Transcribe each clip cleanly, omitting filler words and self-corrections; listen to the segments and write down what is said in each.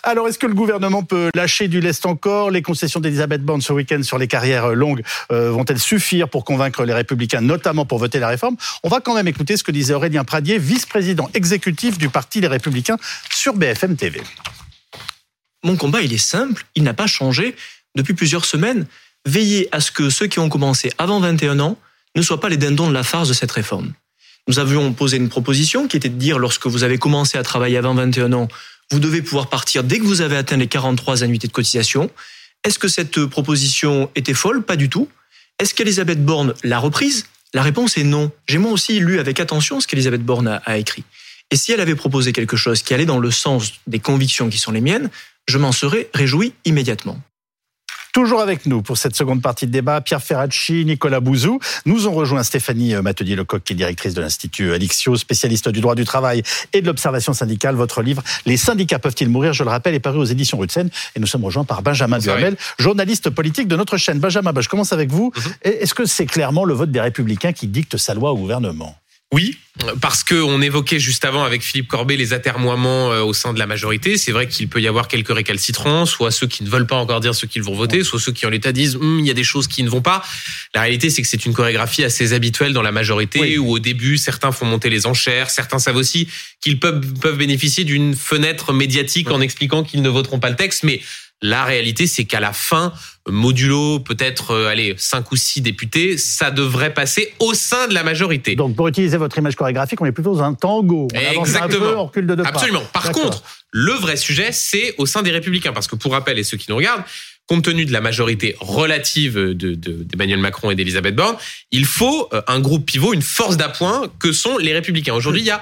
Alors, est-ce que le gouvernement peut lâcher du lest encore ? Les concessions d'Elisabeth Borne ce week-end sur les carrières longues vont-elles suffire pour convaincre les Républicains, notamment pour voter la réforme ? On va quand même écouter ce que disait Aurélien Pradier, vice-président exécutif du parti Les Républicains sur BFM TV. Mon combat, il est simple, il n'a pas changé depuis plusieurs semaines. Veillez à ce que ceux qui ont commencé avant 21 ans ne soient pas les dindons de la farce de cette réforme. Nous avions posé une proposition qui était de dire, lorsque vous avez commencé à travailler avant 21 ans, vous devez pouvoir partir dès que vous avez atteint les 43 annuités de cotisation. Est-ce que cette proposition était folle ? Pas du tout. Est-ce qu'Elisabeth Borne l'a reprise ? La réponse est non. J'ai moi aussi lu avec attention ce qu'Elisabeth Borne a écrit. Et si elle avait proposé quelque chose qui allait dans le sens des convictions qui sont les miennes, je m'en serais réjoui immédiatement. Toujours avec nous pour cette seconde partie de débat, Pierre Ferracci, Nicolas Bouzou. Nous ont rejoint Stéphanie Matelier-Lecoq, qui est directrice de l'Institut Alixio, spécialiste du droit du travail et de l'observation syndicale. Votre livre, Les syndicats peuvent-ils mourir ? Je le rappelle, est paru aux éditions Rue de Seine. Et nous sommes rejoints par Benjamin Duhamel, journaliste politique de notre chaîne. Benjamin, je commence avec vous. Est-ce que c'est clairement le vote des Républicains qui dicte sa loi au gouvernement ? Oui, parce qu'on évoquait juste avant avec Philippe Corbet les atermoiements au sein de la majorité. C'est vrai qu'il peut y avoir quelques récalcitrants, soit ceux qui ne veulent pas encore dire ce qu'ils vont voter, soit ceux qui en l'état disent il y a des choses qui ne vont pas. La réalité, c'est que c'est une chorégraphie assez habituelle dans la majorité, où au début, certains font monter les enchères, certains savent aussi qu'ils peuvent bénéficier d'une fenêtre médiatique en expliquant qu'ils ne voteront pas le texte, mais la réalité, c'est qu'à la fin, modulo peut-être 5 ou 6 députés, ça devrait passer au sein de la majorité. Donc pour utiliser votre image chorégraphique, on est plutôt dans un tango. On avance un peu, on recule de 2 pas. Absolument. Par contre, le vrai sujet, c'est au sein des Républicains. Parce que pour rappel, et ceux qui nous regardent, compte tenu de la majorité relative d'Emmanuel Macron et d'Elisabeth Borne, il faut un groupe pivot, une force d'appoint que sont les Républicains. Aujourd'hui, il y a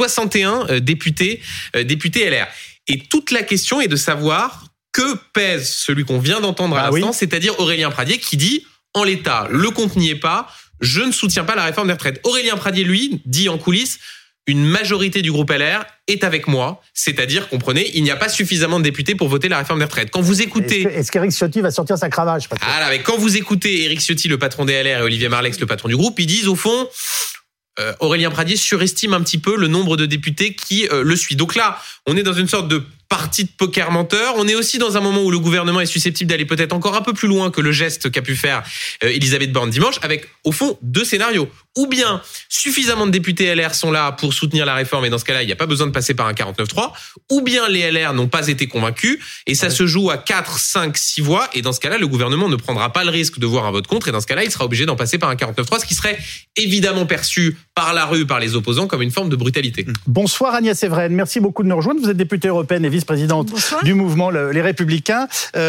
61 députés LR. Et toute la question est de savoir que pèse celui qu'on vient d'entendre à l'instant, c'est-à-dire Aurélien Pradier qui dit, en l'état, le compte n'y est pas, je ne soutiens pas la réforme des retraites. Aurélien Pradier, lui, dit en coulisses, une majorité du groupe LR est avec moi, c'est-à-dire, comprenez, il n'y a pas suffisamment de députés pour voter la réforme des retraites. Quand vous écoutez... Est-ce qu'Éric Ciotti va sortir sa cravache ? Mais quand vous écoutez Éric Ciotti, le patron des LR, et Olivier Marleix, le patron du groupe, ils disent, au fond... Aurélien Pradier surestime un petit peu le nombre de députés qui le suit. Donc là, on est dans une sorte de partie de poker menteur. On est aussi dans un moment où le gouvernement est susceptible d'aller peut-être encore un peu plus loin que le geste qu'a pu faire Elisabeth Borne dimanche, avec au fond 2 scénarios. Ou bien suffisamment de députés LR sont là pour soutenir la réforme et dans ce cas-là, il n'y a pas besoin de passer par un 49-3. Ou bien les LR n'ont pas été convaincus et ça se joue à 4, 5, 6 voix. Et dans ce cas-là, le gouvernement ne prendra pas le risque de voir un vote contre et dans ce cas-là, il sera obligé d'en passer par un 49-3, ce qui serait évidemment perçu par la rue, par les opposants, comme une forme de brutalité. Bonsoir Agnès Evren, merci beaucoup de nous rejoindre. Vous êtes députée européenne et vice-présidente du mouvement Les Républicains.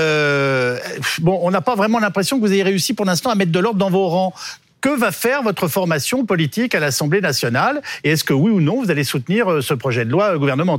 On n'a pas vraiment l'impression que vous ayez réussi pour l'instant à mettre de l'ordre dans vos rangs. Que va faire votre formation politique à l'Assemblée nationale ? Et est-ce que oui ou non, vous allez soutenir ce projet de loi gouvernemental ?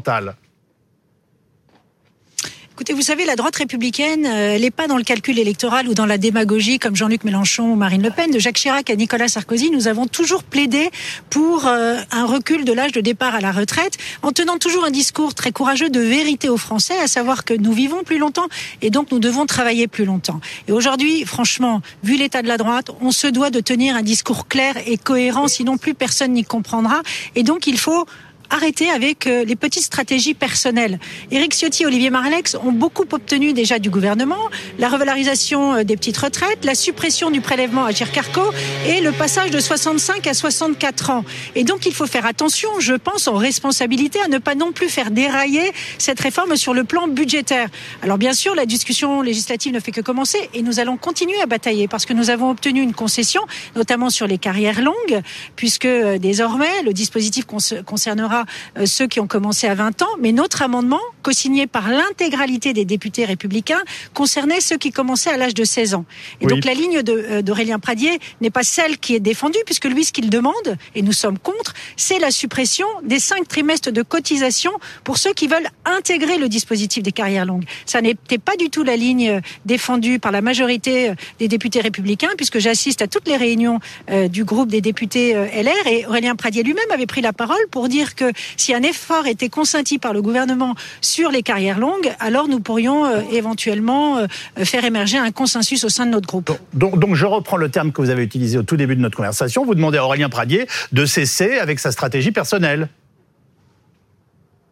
Écoutez, vous savez, la droite républicaine, elle n'est pas dans le calcul électoral ou dans la démagogie comme Jean-Luc Mélenchon ou Marine Le Pen. De Jacques Chirac à Nicolas Sarkozy, nous avons toujours plaidé pour un recul de l'âge de départ à la retraite, en tenant toujours un discours très courageux de vérité aux Français, à savoir que nous vivons plus longtemps et donc nous devons travailler plus longtemps. Et aujourd'hui, franchement, vu l'état de la droite, on se doit de tenir un discours clair et cohérent, sinon plus personne n'y comprendra. Et donc il faut arrêter avec les petites stratégies personnelles. Éric Ciotti et Olivier Marleix ont beaucoup obtenu déjà du gouvernement, la revalorisation des petites retraites, la suppression du prélèvement à Agirc-Arrco et le passage de 65 à 64 ans. Et donc il faut faire attention, je pense, en responsabilité, à ne pas non plus faire dérailler cette réforme sur le plan budgétaire. Alors bien sûr, la discussion législative ne fait que commencer et nous allons continuer à batailler parce que nous avons obtenu une concession, notamment sur les carrières longues, puisque désormais le dispositif concernera ceux qui ont commencé à 20 ans, mais notre amendement, co-signé par l'intégralité des députés républicains, concernait ceux qui commençaient à l'âge de 16 ans. Et donc la ligne d'Aurélien Pradier n'est pas celle qui est défendue, puisque lui, ce qu'il demande, et nous sommes contre, c'est la suppression des 5 trimestres de cotisation pour ceux qui veulent intégrer le dispositif des carrières longues. Ça n'était pas du tout la ligne défendue par la majorité des députés républicains, puisque j'assiste à toutes les réunions du groupe des députés LR, et Aurélien Pradier lui-même avait pris la parole pour dire que si un effort était consenti par le gouvernement sur les carrières longues, alors nous pourrions éventuellement faire émerger un consensus au sein de notre groupe. Donc je reprends le terme que vous avez utilisé au tout début de notre conversation. Vous demandez à Aurélien Pradier de cesser avec sa stratégie personnelle.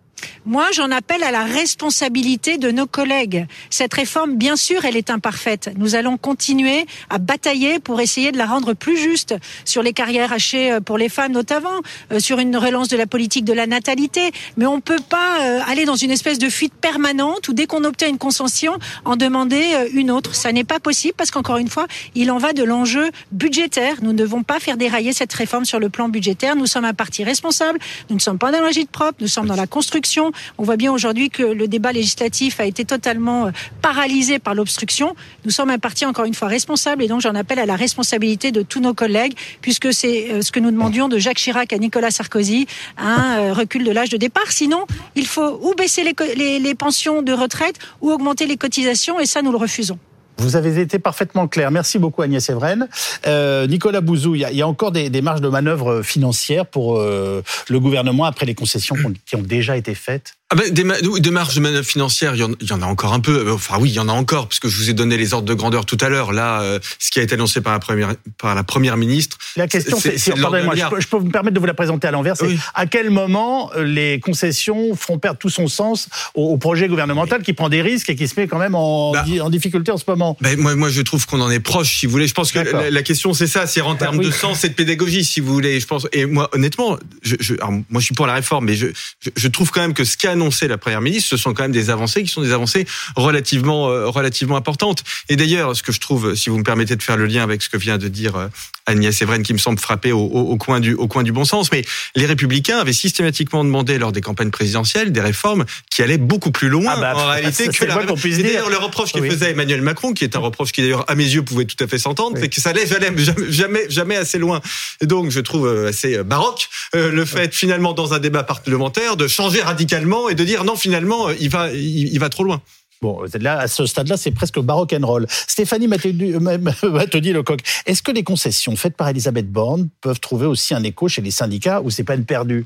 Moi, j'en appelle à la responsabilité de nos collègues. Cette réforme, bien sûr, elle est imparfaite. Nous allons continuer à batailler pour essayer de la rendre plus juste sur les carrières hachées pour les femmes notamment, sur une relance de la politique de la natalité. Mais on ne peut pas aller dans une espèce de fuite permanente où dès qu'on obtient une concession, en demander une autre. Ça n'est pas possible parce qu'encore une fois, il en va de l'enjeu budgétaire. Nous ne devons pas faire dérailler cette réforme sur le plan budgétaire. Nous sommes un parti responsable. Nous ne sommes pas dans l'agite propre. Nous sommes dans la construction. On voit bien aujourd'hui que le débat législatif a été totalement paralysé par l'obstruction. Nous sommes un parti, encore une fois, responsable et donc j'en appelle à la responsabilité de tous nos collègues puisque c'est ce que nous demandions de Jacques Chirac à Nicolas Sarkozy, un recul de l'âge de départ. Sinon, il faut ou baisser les pensions de retraite ou augmenter les cotisations et ça, nous le refusons. Vous avez été parfaitement clair. Merci beaucoup Agnès Evren. Nicolas Bouzou, il y a encore des marges de manœuvre financières pour le gouvernement après les concessions qui ont déjà été faites? Des marges de manœuvre financières, il y en a encore un peu. Enfin oui, il y en a encore, puisque je vous ai donné les ordres de grandeur tout à l'heure. Là, ce qui a été annoncé par la première ministre. La question, pardonnez-moi, je peux me permettre de vous la présenter à l'envers. C'est à quel moment les concessions feront perdre tout son sens au projet gouvernemental qui prend des risques et qui se met quand même en difficulté en ce moment? Moi, je trouve qu'on en est proche, si vous voulez. Je pense que la question, c'est ça, c'est en termes de sens et de pédagogie, si vous voulez. Je pense. Et moi, honnêtement, moi, je suis pour la réforme, mais je trouve quand même que ce qu'a annoncé la première ministre, ce sont quand même des avancées qui sont des avancées relativement importantes. Et d'ailleurs, ce que je trouve, si vous me permettez de faire le lien avec ce que vient de dire Agnès Evren, qui me semble frapper au coin du bon sens, mais les Républicains avaient systématiquement demandé lors des campagnes présidentielles des réformes qui allaient beaucoup plus loin en réalité que la réforme. Et d'ailleurs, le reproche qu'il faisait Emmanuel Macron, qui est un reproche qui d'ailleurs à mes yeux pouvait tout à fait s'entendre, c'est que ça allait jamais assez loin. Et donc, je trouve assez baroque le fait finalement dans un débat parlementaire de changer radicalement et de dire non, finalement, il va trop loin. Bon, là, à ce stade-là, c'est presque baroque and roll. Stéphanie Mateudy-Lecoq, est-ce que les concessions faites par Elisabeth Borne peuvent trouver aussi un écho chez les syndicats ou c'est peine perdue?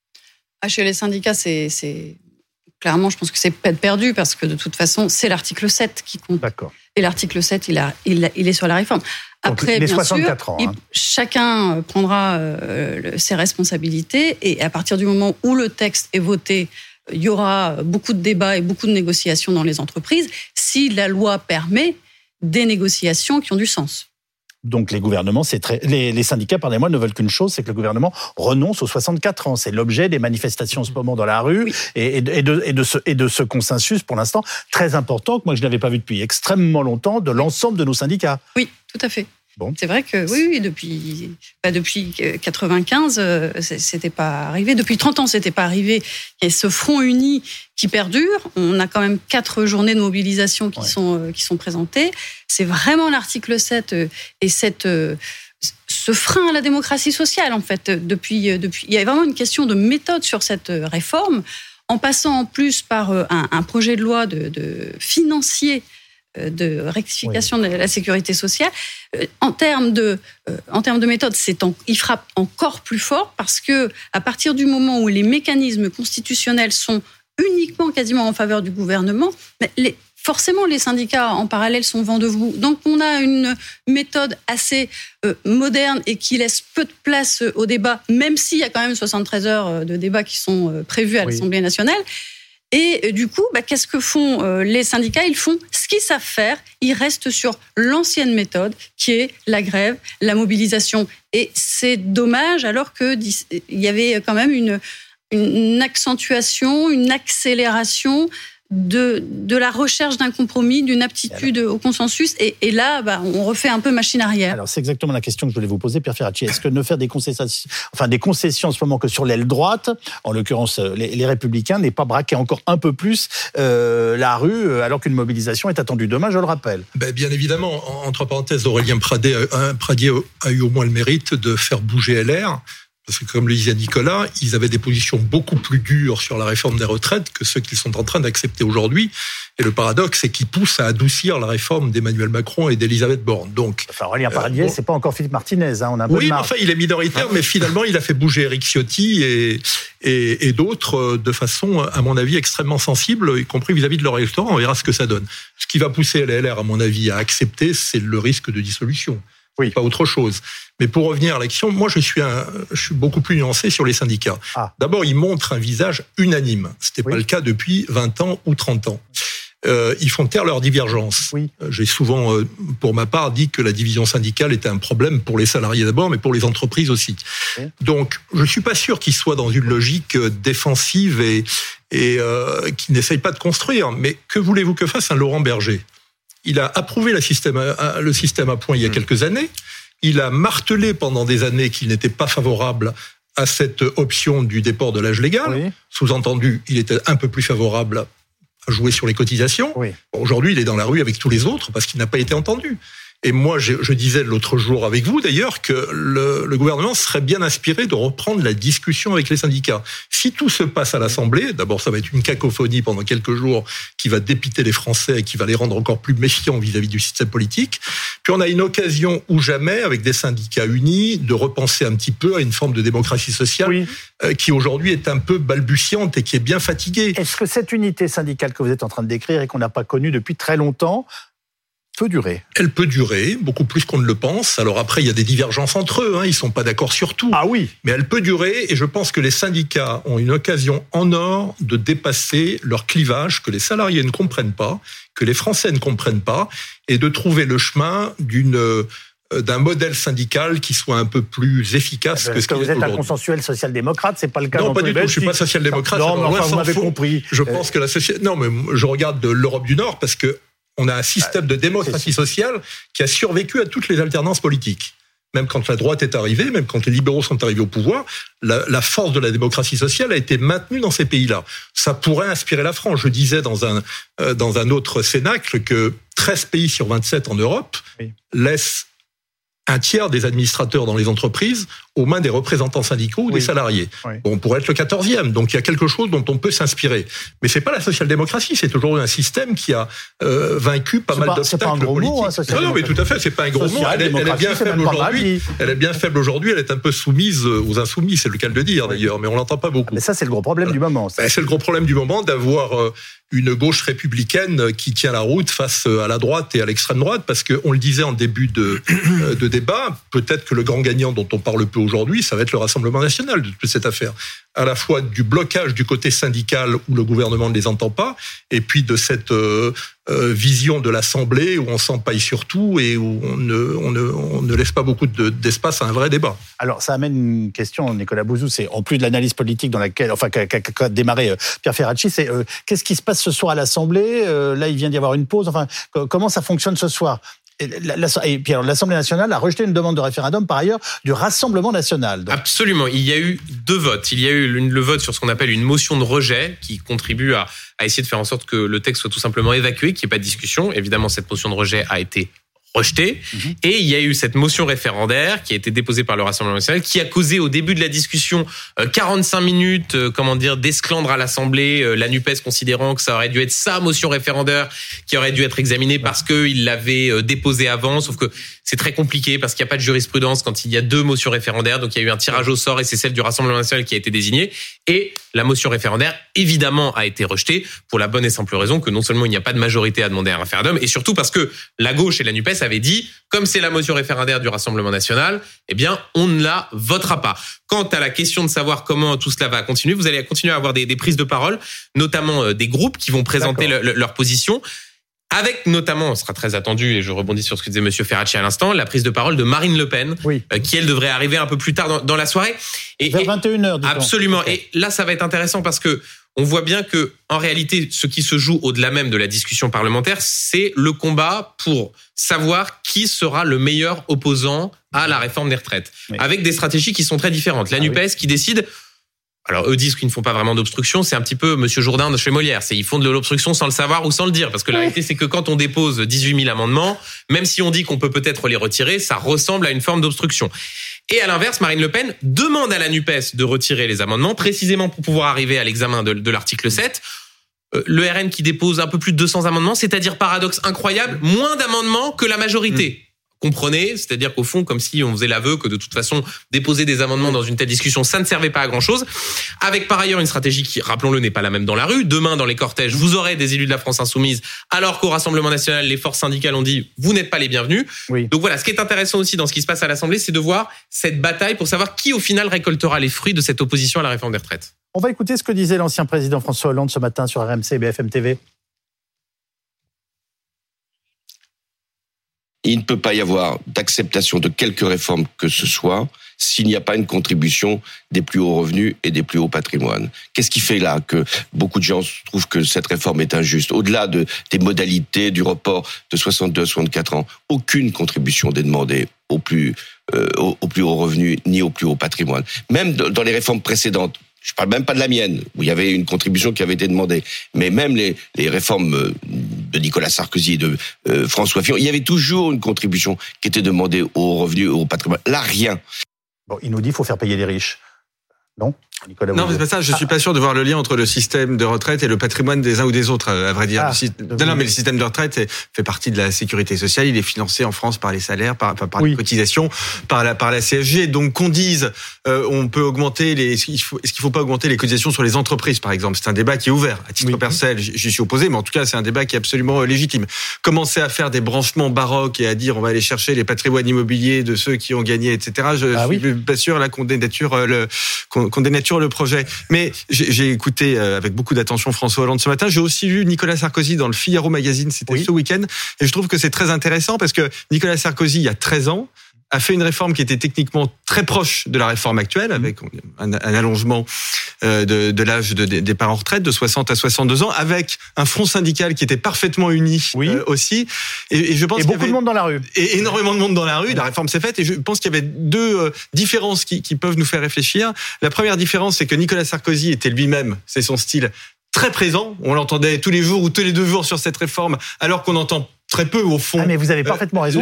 Chez les syndicats, c'est clairement, je pense que c'est peine perdue parce que de toute façon, c'est l'article 7 qui compte. D'accord. Et l'article 7, il est sur la réforme. Après, bien sûr, chacun prendra ses responsabilités et à partir du moment où le texte est voté, il y aura beaucoup de débats et beaucoup de négociations dans les entreprises si la loi permet des négociations qui ont du sens. Donc les syndicats, pardonnez-moi, ne veulent qu'une chose, c'est que le gouvernement renonce aux 64 ans. C'est l'objet des manifestations en ce moment dans la rue et de ce consensus, pour l'instant, très important, que moi je n'avais pas vu depuis extrêmement longtemps, de l'ensemble de nos syndicats. Oui, tout à fait. Bon. C'est vrai que oui, depuis 95, c'était pas arrivé. Depuis 30 ans, c'était pas arrivé. Il y a ce front uni qui perdure. On a quand même 4 journées de mobilisation qui sont présentées. C'est vraiment l'article 7 et ce frein à la démocratie sociale, en fait. Depuis, il y a vraiment une question de méthode sur cette réforme, en passant en plus par un projet de loi de financier de rectification de la sécurité sociale. En termes de méthode, il frappe encore plus fort parce que à partir du moment où les mécanismes constitutionnels sont uniquement quasiment en faveur du gouvernement, forcément les syndicats en parallèle sont vent debout. Donc on a une méthode assez moderne et qui laisse peu de place au débat, même s'il y a quand même 73 heures de débat qui sont prévues à l'Assemblée nationale. Et du coup, qu'est-ce que font les syndicats? Ils font ce qu'ils savent faire. Ils restent sur l'ancienne méthode, qui est la grève, la mobilisation. Et c'est dommage, alors qu'il y avait quand même une accentuation, une accélération de la recherche d'un compromis, d'une aptitude au consensus. Et là, on refait un peu machine arrière. Alors, c'est exactement la question que je voulais vous poser, Pierre Ferracci. Est-ce que ne faire des concessions en ce moment que sur l'aile droite, en l'occurrence les Républicains, n'est pas braquer encore un peu plus la rue, alors qu'une mobilisation est attendue demain, je le rappelle? Bien évidemment, entre parenthèses, Aurélien Pradié a eu au moins le mérite de faire bouger LR. Parce que, comme le disait Nicolas, ils avaient des positions beaucoup plus dures sur la réforme des retraites que ceux qu'ils sont en train d'accepter aujourd'hui. Et le paradoxe, c'est qu'ils poussent à adoucir la réforme d'Emmanuel Macron et d'Elisabeth Borne. Donc, Aurélien Pradié, c'est pas encore Philippe Martinez, on a un peu de marge. Il est minoritaire, mais finalement, il a fait bouger Éric Ciotti et d'autres de façon, à mon avis, extrêmement sensible, y compris vis-à-vis de leur électorat. On verra ce que ça donne. Ce qui va pousser les LR, à mon avis, à accepter, c'est le risque de dissolution. Oui. Pas autre chose. Mais pour revenir à l'action, moi je suis beaucoup plus nuancé sur les syndicats. D'abord, ils montrent un visage unanime. C'était pas le cas depuis 20 ans ou 30 ans. Ils font taire leurs divergences. Oui. J'ai souvent, pour ma part, dit que la division syndicale était un problème pour les salariés d'abord, mais pour les entreprises aussi. Oui. Donc, je suis pas sûr qu'ils soient dans une logique défensive et qui n'essaye pas de construire. Mais que voulez-vous que fasse un Laurent Berger ? Il a approuvé le système à points il y a quelques années. Il a martelé pendant des années qu'il n'était pas favorable à cette option du déport de l'âge légal. Oui. Sous-entendu, il était un peu plus favorable à jouer sur les cotisations. Oui. Aujourd'hui, il est dans la rue avec tous les autres parce qu'il n'a pas été entendu. Et moi, je disais l'autre jour avec vous, d'ailleurs, que le gouvernement serait bien inspiré de reprendre la discussion avec les syndicats. Si tout se passe à l'Assemblée, d'abord, ça va être une cacophonie pendant quelques jours qui va dépiter les Français et qui va les rendre encore plus méfiants vis-à-vis du système politique. Puis on a une occasion ou jamais, avec des syndicats unis, de repenser un petit peu à une forme de démocratie sociale qui aujourd'hui est un peu balbutiante et qui est bien fatiguée. Est-ce que cette unité syndicale que vous êtes en train de décrire et qu'on n'a pas connue depuis très longtemps peut durer? Elle peut durer, beaucoup plus qu'on ne le pense. Alors après, il y a des divergences entre eux, ils sont pas d'accord sur tout. Ah oui. Mais elle peut durer, et je pense que les syndicats ont une occasion en or de dépasser leur clivage que les salariés ne comprennent pas, que les Français ne comprennent pas, et de trouver le chemin d'un modèle syndical qui soit un peu plus efficace que ce qu'il est aujourd'hui. Vous êtes un consensuel social-démocrate, c'est pas le cas. Non, pas du tout. Je suis pas social-démocrate. Non, mais enfin, vous m'avez compris. Je pense que non, mais je regarde de l'Europe du Nord parce que on a un système de démocratie sociale qui a survécu à toutes les alternances politiques. Même quand la droite est arrivée, même quand les libéraux sont arrivés au pouvoir, la force de la démocratie sociale a été maintenue dans ces pays-là. Ça pourrait inspirer la France. Je disais dans un autre cénacle que 13 pays sur 27 en Europe laissent un tiers des administrateurs dans les entreprises aux mains des représentants syndicaux ou des salariés. Oui. Bon, on pourrait être le 14e, donc il y a quelque chose dont on peut s'inspirer. Mais c'est pas la social-démocratie, c'est toujours un système qui a vaincu pas mal d'obstacles politiques. C'est pas un gros mot, non, mais tout à fait, c'est pas un gros mot. Elle est bien faible aujourd'hui. Elle est bien faible aujourd'hui, elle est un peu soumise aux insoumis, c'est le cas de le dire d'ailleurs, mais on l'entend pas beaucoup. Mais ça, c'est le gros problème du moment. C'est le gros problème du moment d'avoir une gauche républicaine qui tient la route face à la droite et à l'extrême droite, parce qu'on le disait en début de débat, peut-être que le grand gagnant dont on parle peu aujourd'hui, ça va être le Rassemblement national de toute cette affaire. À la fois du blocage du côté syndical où le gouvernement ne les entend pas, et puis de cette vision de l'Assemblée où on s'empaille sur tout et où on ne laisse pas beaucoup d'espace à un vrai débat. Alors ça amène une question, Nicolas Bouzou, c'est en plus de l'analyse politique dans laquelle, qu'a démarré Pierre Ferracci, c'est qu'est-ce qui se passe ce soir à l'Assemblée ? Là, il vient d'y avoir une pause. Enfin, comment ça fonctionne ce soir ? Et puis alors, l'Assemblée nationale a rejeté une demande de référendum, par ailleurs, du Rassemblement national. Donc. Absolument. Il y a eu 2 votes. Il y a eu le vote sur ce qu'on appelle une motion de rejet, qui contribue à essayer de faire en sorte que le texte soit tout simplement évacué, qu'il n'y ait pas de discussion. Évidemment, cette motion de rejet a été rejetée. Et il y a eu cette motion référendaire qui a été déposée par le Rassemblement national, qui a causé au début de la discussion 45 minutes, d'esclandre à l'Assemblée, la NUPES considérant que ça aurait dû être sa motion référendaire qui aurait dû être examinée parce qu'il l'avait déposée avant, sauf que c'est très compliqué parce qu'il n'y a pas de jurisprudence quand il y a 2 motions référendaires, donc il y a eu un tirage au sort et c'est celle du Rassemblement national qui a été désignée, et la motion référendaire, évidemment, a été rejetée pour la bonne et simple raison que non seulement il n'y a pas de majorité à demander un référendum, et surtout parce que la gauche et la NUPES avaient dit, comme c'est la motion référendaire du Rassemblement national, eh bien, on ne la votera pas. Quant à la question de savoir comment tout cela va continuer, vous allez continuer à avoir des prises de parole, notamment des groupes qui vont présenter leur position, avec notamment, ce sera très attendu, et je rebondis sur ce que disait Monsieur Ferracci à l'instant, la prise de parole de Marine Le Pen, qui elle devrait arriver un peu plus tard dans la soirée. Vers 21h, dit-on. Absolument. Okay. Et là, ça va être intéressant parce que on voit bien que, en réalité, ce qui se joue au-delà même de la discussion parlementaire, c'est le combat pour savoir qui sera le meilleur opposant à la réforme des retraites. Avec des stratégies qui sont très différentes. La NUPES qui décide. Alors, eux disent qu'ils ne font pas vraiment d'obstruction. C'est un petit peu Monsieur Jourdain de chez Molière. Ils font de l'obstruction sans le savoir ou sans le dire. Parce que la réalité, c'est que quand on dépose 18 000 amendements, même si on dit qu'on peut peut-être les retirer, ça ressemble à une forme d'obstruction. Et à l'inverse, Marine Le Pen demande à la NUPES de retirer les amendements, précisément pour pouvoir arriver à l'examen de l'article 7. Le RN qui dépose un peu plus de 200 amendements, c'est-à-dire, paradoxe incroyable, moins d'amendements que la majorité. comprenez, c'est-à-dire qu'au fond, comme si on faisait l'aveu que de toute façon, déposer des amendements dans une telle discussion, ça ne servait pas à grand-chose. Avec par ailleurs une stratégie qui, rappelons-le, n'est pas la même dans la rue. Demain, dans les cortèges, vous aurez des élus de la France Insoumise, alors qu'au Rassemblement National, les forces syndicales ont dit « vous n'êtes pas les bienvenus ». Donc voilà, ce qui est intéressant aussi dans ce qui se passe à l'Assemblée, c'est de voir cette bataille pour savoir qui, au final, récoltera les fruits de cette opposition à la réforme des retraites. On va écouter ce que disait l'ancien président François Hollande ce matin sur RMC et BFM TV. Il ne peut pas y avoir d'acceptation de quelque réforme que ce soit s'il n'y a pas une contribution des plus hauts revenus et des plus hauts patrimoines. Qu'est-ce qui fait là que beaucoup de gens trouvent que cette réforme est injuste ? Au-delà des modalités du report de 62 à 64 ans, aucune contribution n'est demandée aux plus hauts revenus ni aux plus hauts patrimoines. Même dans les réformes précédentes, je parle même pas de la mienne, où il y avait une contribution qui avait été demandée, mais même les réformes de Nicolas Sarkozy et de François Fillon, il y avait toujours une contribution qui était demandée aux revenus et au patrimoine. Là, rien. Bon, il nous dit qu'il faut faire payer les riches. Non, Nicolas Non, mais c'est pas ça. Je suis pas sûr de voir le lien entre le système de retraite et le patrimoine des uns ou des autres, à vrai dire. Non, mais le système de retraite fait partie de la sécurité sociale. Il est financé en France par les salaires, par les cotisations, par la CSG. Donc, qu'on dise, on peut augmenter est-ce qu'il faut pas augmenter les cotisations sur les entreprises, par exemple? C'est un débat qui est ouvert. À titre personnel, j'y suis opposé, mais en tout cas, c'est un débat qui est absolument légitime. Commencer à faire des branchements baroques et à dire, on va aller chercher les patrimoines immobiliers de ceux qui ont gagné, etc. Je suis pas sûr, là, qu'on dénature le projet. Mais j'ai écouté avec beaucoup d'attention François Hollande ce matin. J'ai aussi lu Nicolas Sarkozy dans le Figaro Magazine, c'était ce week-end. Et je trouve que c'est très intéressant parce que Nicolas Sarkozy, il y a 13 ans, a fait une réforme qui était techniquement très proche de la réforme actuelle, avec un allongement de l'âge de départ en retraite de 60 à 62 ans, avec un front syndical qui était parfaitement uni aussi. Et je pense qu'il y avait de monde dans la rue. Et énormément de monde dans la rue. La réforme s'est faite. Et je pense qu'il y avait deux différences qui peuvent nous faire réfléchir. La première différence, c'est que Nicolas Sarkozy était lui-même, c'est son style, très présent. On l'entendait tous les jours ou tous les 2 jours sur cette réforme, alors qu'on entend très peu au fond. Ah mais vous avez parfaitement raison.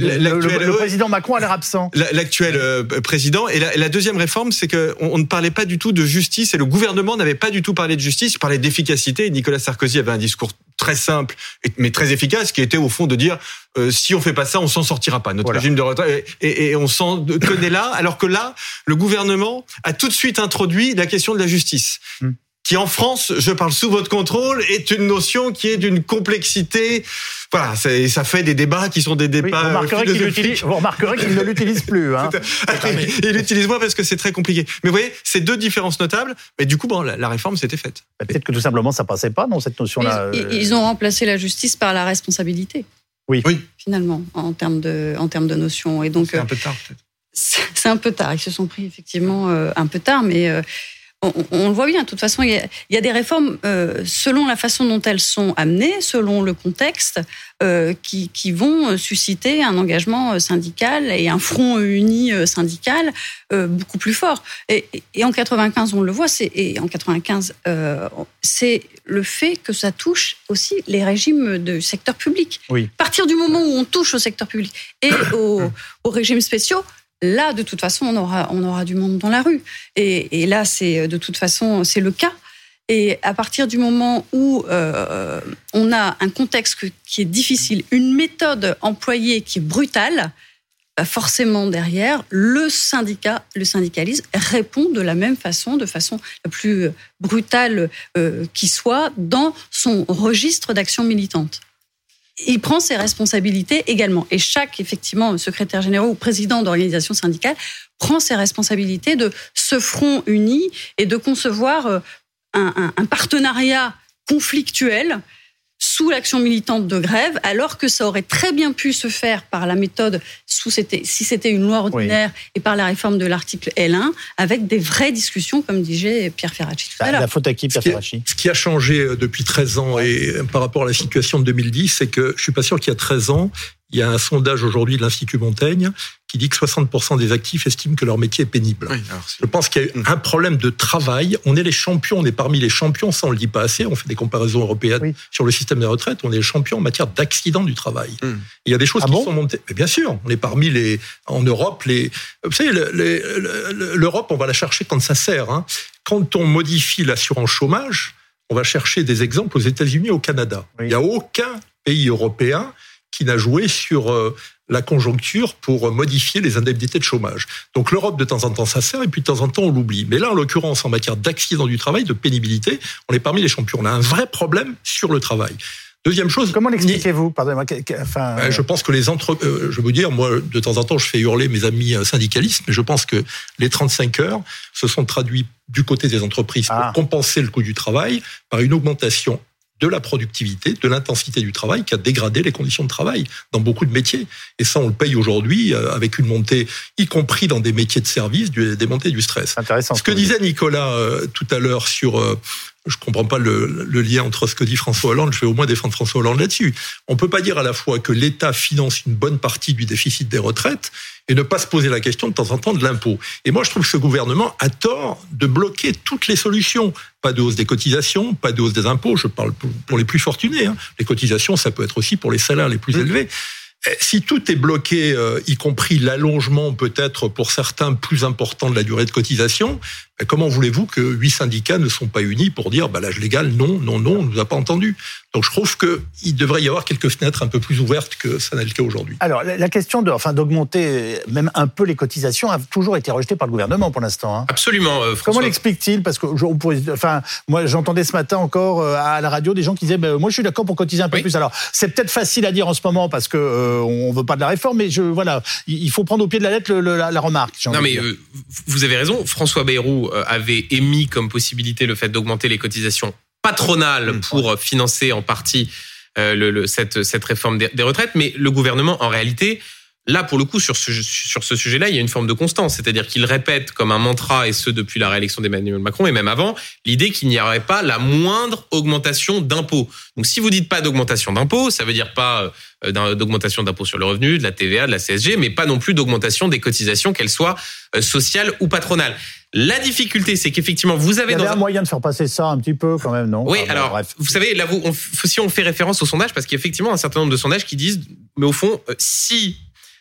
Le président Macron a l'air absent. L'actuel président. Et la deuxième réforme, c'est que on ne parlait pas du tout de justice et le gouvernement n'avait pas du tout parlé de justice. Il parlait d'efficacité. Et Nicolas Sarkozy avait un discours très simple mais très efficace qui était au fond de dire si on fait pas ça, on s'en sortira pas. Notre régime de retraite et on s'en tenait là. Alors que là, le gouvernement a tout de suite introduit la question de la justice. Qui en France, je parle sous votre contrôle, est une notion qui est d'une complexité. Voilà, ça fait des débats qui sont des débats philosophiques. Vous remarquerez qu'il ne l'utilise plus. Hein. Il l'utilise moins parce que c'est très compliqué. Mais vous voyez, c'est 2 différences notables. Mais du coup, la réforme s'était faite. Peut-être que tout simplement, ça passait pas dans cette notion-là. Ils ont remplacé la justice par la responsabilité. Oui. Finalement, en termes de notion. Et donc, c'est un peu tard, peut-être. C'est un peu tard. Ils se sont pris effectivement un peu tard, mais. On le voit bien, de toute façon, il y a des réformes selon la façon dont elles sont amenées, selon le contexte, qui vont susciter un engagement syndical et un front uni syndical beaucoup plus fort. Et en 95, on le voit, c'est le fait que ça touche aussi les régimes du secteur public. À partir du moment où on touche au secteur public et aux régimes spéciaux, là, de toute façon, on aura du monde dans la rue. Et là, de toute façon, c'est le cas. Et à partir du moment où on a un contexte qui est difficile, une méthode employée qui est brutale, forcément derrière, le syndicalisme répond de la même façon, de façon la plus brutale qui soit, dans son registre d'action militante. Il prend ses responsabilités également. Et chaque, effectivement, secrétaire général ou président d'organisation syndicale prend ses responsabilités de ce front uni et de concevoir un partenariat conflictuel sous l'action militante de grève, alors que ça aurait très bien pu se faire par la méthode, si c'était une loi ordinaire, et par la réforme de l'article L1, avec des vraies discussions, comme disait Pierre Ferracci tout à l'heure. La faute à qui, Pierre Ferracci ? Ce qui a changé depuis 13 ans, et par rapport à la situation de 2010, c'est que je suis pas sûr qu'il y a 13 ans, il y a un sondage aujourd'hui de l'Institut Montaigne qui dit que 60% des actifs estiment que leur métier est pénible. Je pense qu'il y a eu un problème de travail. On est les champions, on est parmi les champions, ça on le dit pas assez, on fait des comparaisons européennes sur le système de retraite, on est les champions en matière d'accidents du travail. Il y a des choses qui sont montées. Mais bien sûr, on est parmi en Europe, vous savez, l'Europe, on va la chercher quand ça sert. Hein. Quand on modifie l'assurance chômage, on va chercher des exemples aux États-Unis et au Canada. Il n'y a aucun pays européen qui n'a joué sur la conjoncture pour modifier les indemnités de chômage. Donc l'Europe, de temps en temps, ça sert, et puis de temps en temps, on l'oublie. Mais là, en l'occurrence, en matière d'accident du travail, de pénibilité, on est parmi les champions. On a un vrai problème sur le travail. Deuxième chose... Comment l'expliquez-vous? Pardonnez-moi. Je pense que je veux dire, moi, de temps en temps, je fais hurler mes amis syndicalistes, mais je pense que les 35 heures se sont traduits du côté des entreprises pour compenser le coût du travail par une augmentation de la productivité, de l'intensité du travail qui a dégradé les conditions de travail dans beaucoup de métiers. Et ça, on le paye aujourd'hui avec une montée, y compris dans des métiers de service, des montées du stress. Intéressant. Ce que disait Nicolas tout à l'heure sur... je comprends pas le lien entre ce que dit François Hollande, je vais au moins défendre François Hollande là-dessus. On peut pas dire à la fois que l'État finance une bonne partie du déficit des retraites et ne pas se poser la question de temps en temps de l'impôt. Et moi, je trouve que ce gouvernement a tort de bloquer toutes les solutions. Pas de hausse des cotisations, pas de hausse des impôts, je parle pour les plus fortunés. Les cotisations, ça peut être aussi pour les salaires les plus élevés. Si tout est bloqué, y compris l'allongement peut-être pour certains plus important de la durée de cotisation, comment voulez-vous que 8 syndicats ne sont pas unis pour dire l'âge légal, non, on ne nous a pas entendu. Donc je trouve qu'il devrait y avoir quelques fenêtres un peu plus ouvertes que ça n'est le cas aujourd'hui. Alors la question d'augmenter même un peu les cotisations a toujours été rejetée par le gouvernement pour l'instant. Absolument, François. Comment l'explique-t-il? Parce que moi j'entendais ce matin encore à la radio des gens qui disaient moi je suis d'accord pour cotiser un peu plus. Alors c'est peut-être facile à dire en ce moment parce que on veut pas de la réforme, mais il faut prendre au pied de la lettre la remarque. Non mais vous avez raison. François Bayrou avait émis comme possibilité le fait d'augmenter les cotisations patronales pour financer en partie cette réforme des retraites, mais le gouvernement en réalité, là pour le coup sur ce sujet-là, il y a une forme de constance, c'est-à-dire qu'il répète comme un mantra, et ce depuis la réélection d'Emmanuel Macron et même avant, l'idée qu'il n'y aurait pas la moindre augmentation d'impôts. Donc si vous dites pas d'augmentation d'impôts, ça veut dire pas d'augmentation d'impôts sur le revenu, de la TVA, de la CSG, mais pas non plus d'augmentation des cotisations, qu'elles soient sociales ou patronales. La difficulté, c'est qu'effectivement, vous avez... Il y avait un moyen de faire passer ça un petit peu quand même, non? Oui, vous savez, là, si on fait référence au sondage, parce qu'il y a effectivement un certain nombre de sondages qui disent, mais au fond, si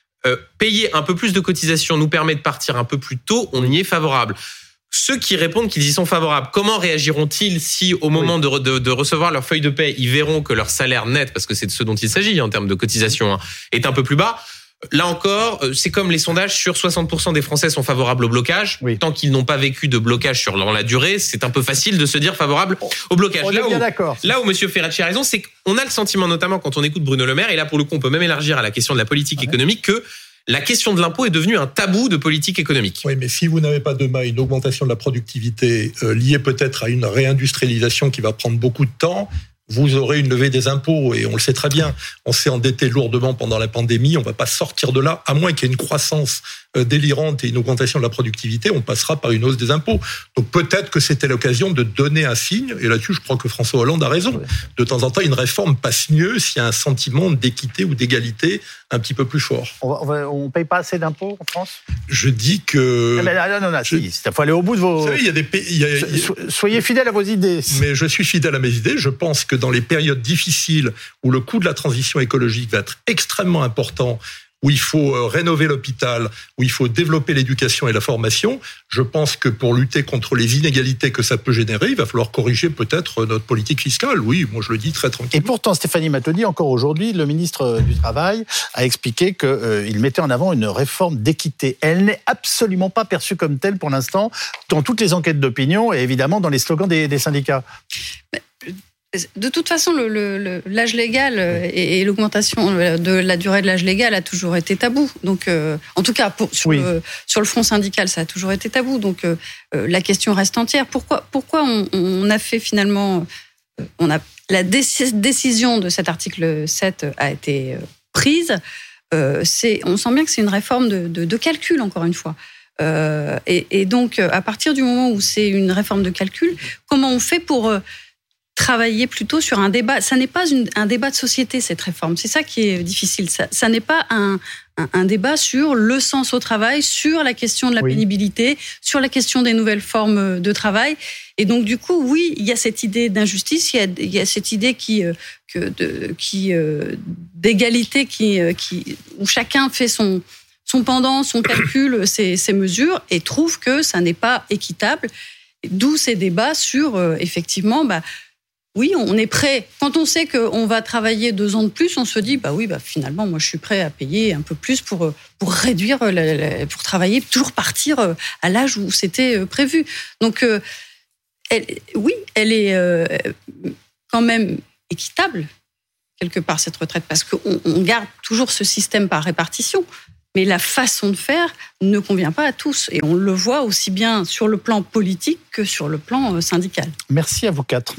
payer un peu plus de cotisations nous permet de partir un peu plus tôt, on y est favorable. Ceux qui répondent qu'ils y sont favorables, comment réagiront-ils si au moment de recevoir leur feuille de paie, ils verront que leur salaire net, parce que c'est de ce dont il s'agit en termes de cotisation, est un peu plus bas? Là encore, c'est comme les sondages, sur 60% des Français sont favorables au blocage. Oui. Tant qu'ils n'ont pas vécu de blocage dans la durée, c'est un peu facile de se dire favorable au blocage. Là où M. Ferracci a raison, c'est qu'on a le sentiment, notamment quand on écoute Bruno Le Maire, et là pour le coup on peut même élargir à la question de la politique économique, que la question de l'impôt est devenue un tabou de politique économique. Oui, mais si vous n'avez pas demain une augmentation de la productivité liée peut-être à une réindustrialisation qui va prendre beaucoup de temps, vous aurez une levée des impôts, et on le sait très bien. On s'est endetté lourdement pendant la pandémie, on ne va pas sortir de là, à moins qu'il y ait une croissance délirante et une augmentation de la productivité, on passera par une hausse des impôts. Donc peut-être que c'était l'occasion de donner un signe, et là-dessus je crois que François Hollande a raison. De temps en temps, une réforme passe mieux s'il y a un sentiment d'équité ou d'égalité un petit peu plus fort. On ne paye pas assez d'impôts en France? Je dis que... Il faut aller au bout de vos... Vous savez, il y a des pays... Soyez fidèles à vos idées. Mais je suis fidèle à mes idées. Je pense que dans les périodes difficiles où le coût de la transition écologique va être extrêmement important, où il faut rénover l'hôpital, où il faut développer l'éducation et la formation, je pense que pour lutter contre les inégalités que ça peut générer, il va falloir corriger peut-être notre politique fiscale. Oui, moi je le dis très tranquillement. Et pourtant, Stéphanie Matteudi, encore aujourd'hui, le ministre du Travail a expliqué qu'il mettait en avant une réforme d'équité. Elle n'est absolument pas perçue comme telle pour l'instant dans toutes les enquêtes d'opinion et évidemment dans les slogans des syndicats. De toute façon, l'âge légal et l'augmentation de la durée de l'âge légal a toujours été tabou. Donc, en tout cas, sur le front syndical, ça a toujours été tabou. Donc, la question reste entière. Pourquoi on a fait finalement... la décision de cet article 7 a été prise. On sent bien que c'est une réforme de calcul, encore une fois. Et donc, à partir du moment où c'est une réforme de calcul, comment on fait pour... travailler plutôt sur un débat. Ça n'est pas un débat de société, cette réforme. C'est ça qui est difficile. Ça n'est pas un débat sur le sens au travail, sur la question de la pénibilité, sur la question des nouvelles formes de travail. Et donc, du coup, oui, il y a cette idée d'injustice, il y a cette idée d'égalité où chacun fait son pendant, son calcul, ses mesures, et trouve que ça n'est pas équitable. D'où ces débats sur, effectivement... oui, on est prêt. Quand on sait qu'on va travailler 2 ans de plus, on se dit, finalement, moi, je suis prêt à payer un peu plus pour réduire, pour travailler, toujours partir à l'âge où c'était prévu. Donc, elle est quand même équitable, quelque part, cette retraite, parce qu'on garde toujours ce système par répartition. Mais la façon de faire ne convient pas à tous. Et on le voit aussi bien sur le plan politique que sur le plan syndical. Merci à vous 4.